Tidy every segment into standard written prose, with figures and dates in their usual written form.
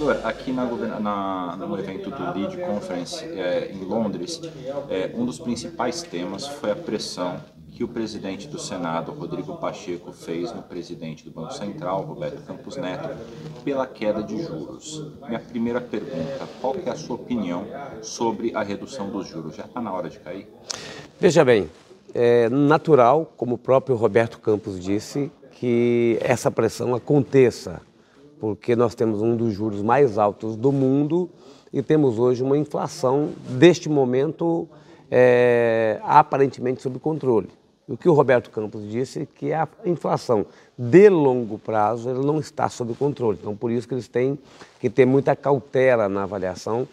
Senador, aqui no evento do Lead Conference em Londres, um dos principais temas foi a pressão que o presidente do Senado, Rodrigo Pacheco, fez no presidente do Banco Central, Roberto Campos Neto, pela queda de juros. Minha primeira pergunta, qual que é a sua opinião sobre a redução dos juros? Já está na hora de cair? Veja bem, é natural, como o próprio Roberto Campos disse, que essa pressão aconteça, porque nós temos um dos juros mais altos do mundo e temos hoje uma inflação, deste momento, aparentemente sob controle. O que o Roberto Campos disse é que a inflação de longo prazo ela não está sob controle. Então, por isso que eles têm que ter muita cautela na avaliação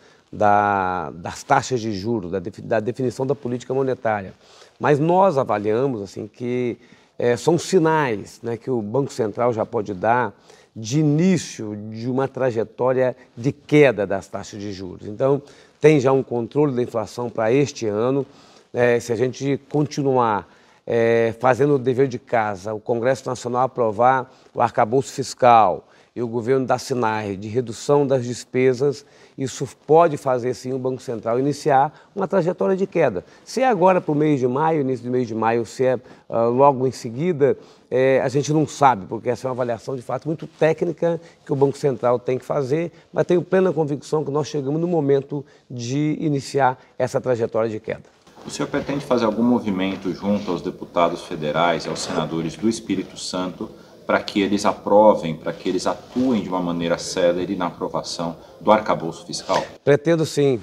das taxas de juros, da definição da política monetária. Mas nós avaliamos assim, que são sinais, né, que o Banco Central já pode dar de início de uma trajetória de queda das taxas de juros. Então, tem já um controle da inflação para este ano. Se a gente continuar fazendo o dever de casa, o Congresso Nacional aprovar o arcabouço fiscal e o governo dar sinais de redução das despesas, isso pode fazer sim o Banco Central iniciar uma trajetória de queda. Se é agora para o mês de maio, início do mês de maio, se é logo em seguida, a gente não sabe, porque essa é uma avaliação de fato muito técnica que o Banco Central tem que fazer, mas tenho plena convicção que nós chegamos no momento de iniciar essa trajetória de queda. O senhor pretende fazer algum movimento junto aos deputados federais e aos senadores do Espírito Santo para que eles aprovem, para que eles atuem de uma maneira célere na aprovação do arcabouço fiscal? Pretendo sim,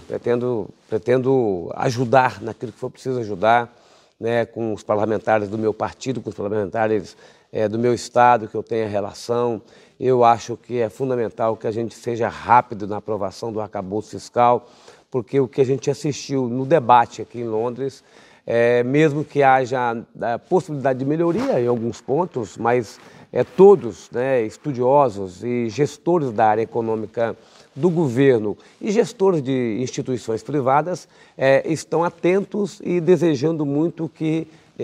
pretendo ajudar naquilo que for preciso ajudar, né, com os parlamentares do meu partido, com os parlamentares do meu estado, que eu tenha relação. Eu acho que é fundamental que a gente seja rápido na aprovação do arcabouço fiscal, porque o que a gente assistiu no debate aqui em Londres, mesmo que haja a possibilidade de melhoria em alguns pontos, mas todos, né, estudiosos e gestores da área econômica do governo e gestores de instituições privadas estão atentos e desejando muito que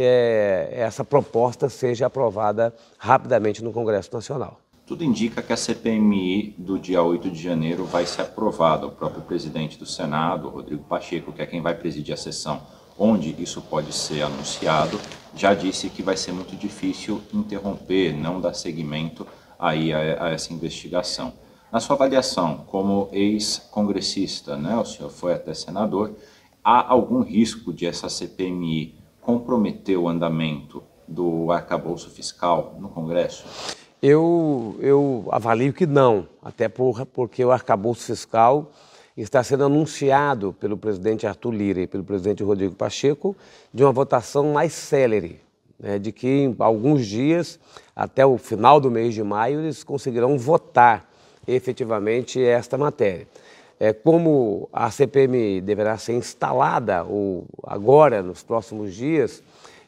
essa proposta seja aprovada rapidamente no Congresso Nacional. Tudo indica que a CPMI do dia 8 de janeiro vai ser aprovada. O próprio presidente do Senado, Rodrigo Pacheco, que é quem vai presidir a sessão onde isso pode ser anunciado, já disse que vai ser muito difícil interromper, não dar seguimento aí a essa investigação. Na sua avaliação, como ex-congressista, né, o senhor foi até senador, há algum risco de essa CPMI comprometer o andamento do arcabouço fiscal no Congresso? Eu avalio que não, até porque o arcabouço fiscal está sendo anunciado pelo presidente Arthur Lira e pelo presidente Rodrigo Pacheco de uma votação mais célere, né, de que em alguns dias, até o final do mês de maio, eles conseguirão votar efetivamente esta matéria. Como a CPMI deverá ser instalada agora, nos próximos dias,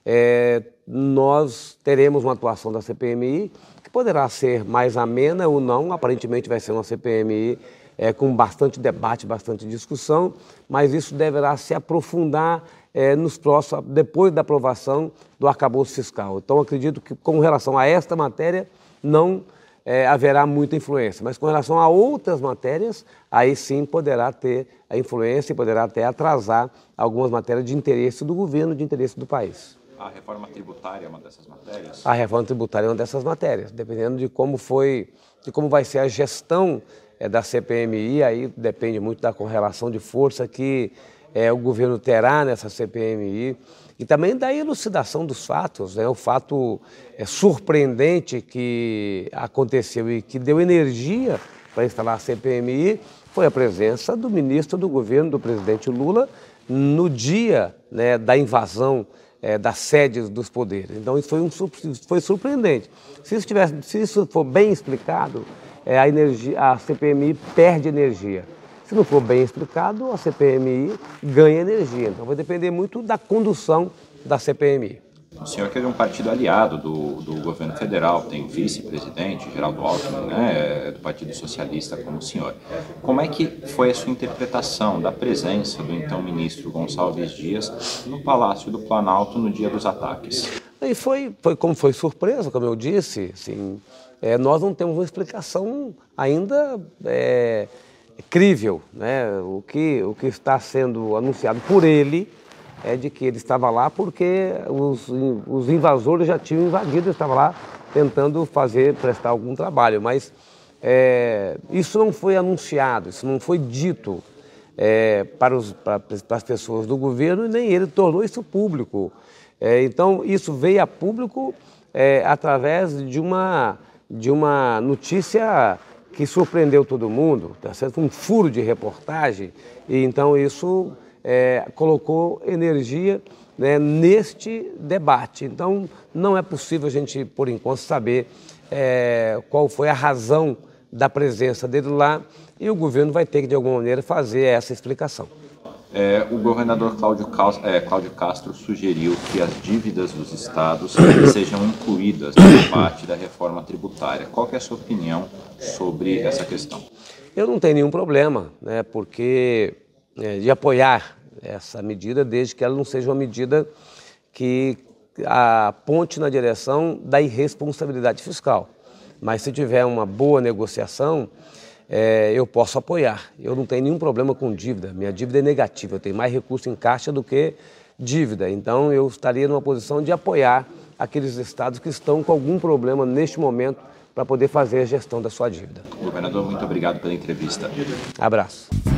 nós teremos uma atuação da CPMI que poderá ser mais amena ou não. Aparentemente vai ser uma CPMI com bastante debate, bastante discussão, mas isso deverá se aprofundar depois da aprovação do arcabouço fiscal. Então, acredito que com relação a esta matéria não haverá muita influência, mas com relação a outras matérias, aí sim poderá ter a influência e poderá até atrasar algumas matérias de interesse do governo, de interesse do país. A reforma tributária é uma dessas matérias? A reforma tributária é uma dessas matérias, dependendo de como vai ser a gestão da CPMI, aí depende muito da correlação de força que o governo terá nessa CPMI e também da elucidação dos fatos, né? O fato surpreendente que aconteceu e que deu energia para instalar a CPMI foi a presença do ministro do governo do presidente Lula no dia, né, da invasão das sedes dos poderes. Então isso foi surpreendente. Se isso for bem explicado, a CPMI perde energia. Se não for bem explicado, a CPMI ganha energia. Então vai depender muito da condução da CPMI. O senhor que é de um partido aliado do governo federal, tem vice-presidente, Geraldo Alckmin, né, do Partido Socialista como o senhor. Como é que foi a sua interpretação da presença do então ministro Gonçalves Dias no Palácio do Planalto no dia dos ataques? E foi como foi surpresa, como eu disse, assim, nós não temos uma explicação ainda crível, né? O que está sendo anunciado por ele é de que ele estava lá porque os invasores já tinham invadido, ele estava lá tentando prestar algum trabalho, mas isso não foi anunciado, isso não foi dito para as pessoas do governo e nem ele tornou isso público. Então, isso veio a público através de uma notícia que surpreendeu todo mundo, tá certo? Foi um furo de reportagem, e então isso colocou energia, né, neste debate. Então, não é possível a gente, por enquanto, saber qual foi a razão da presença dele lá, e o governo vai ter que, de alguma maneira, fazer essa explicação. O governador Cláudio Castro sugeriu que as dívidas dos estados sejam incluídas no debate da reforma tributária. Qual que é a sua opinião sobre essa questão? Eu não tenho nenhum problema, né, de apoiar essa medida, desde que ela não seja uma medida que aponte na direção da irresponsabilidade fiscal. Mas se tiver uma boa negociação, eu posso apoiar. Eu não tenho nenhum problema com dívida, minha dívida é negativa, eu tenho mais recurso em caixa do que dívida. Então eu estaria numa posição de apoiar aqueles estados que estão com algum problema neste momento para poder fazer a gestão da sua dívida. Governador, muito obrigado pela entrevista. Abraço.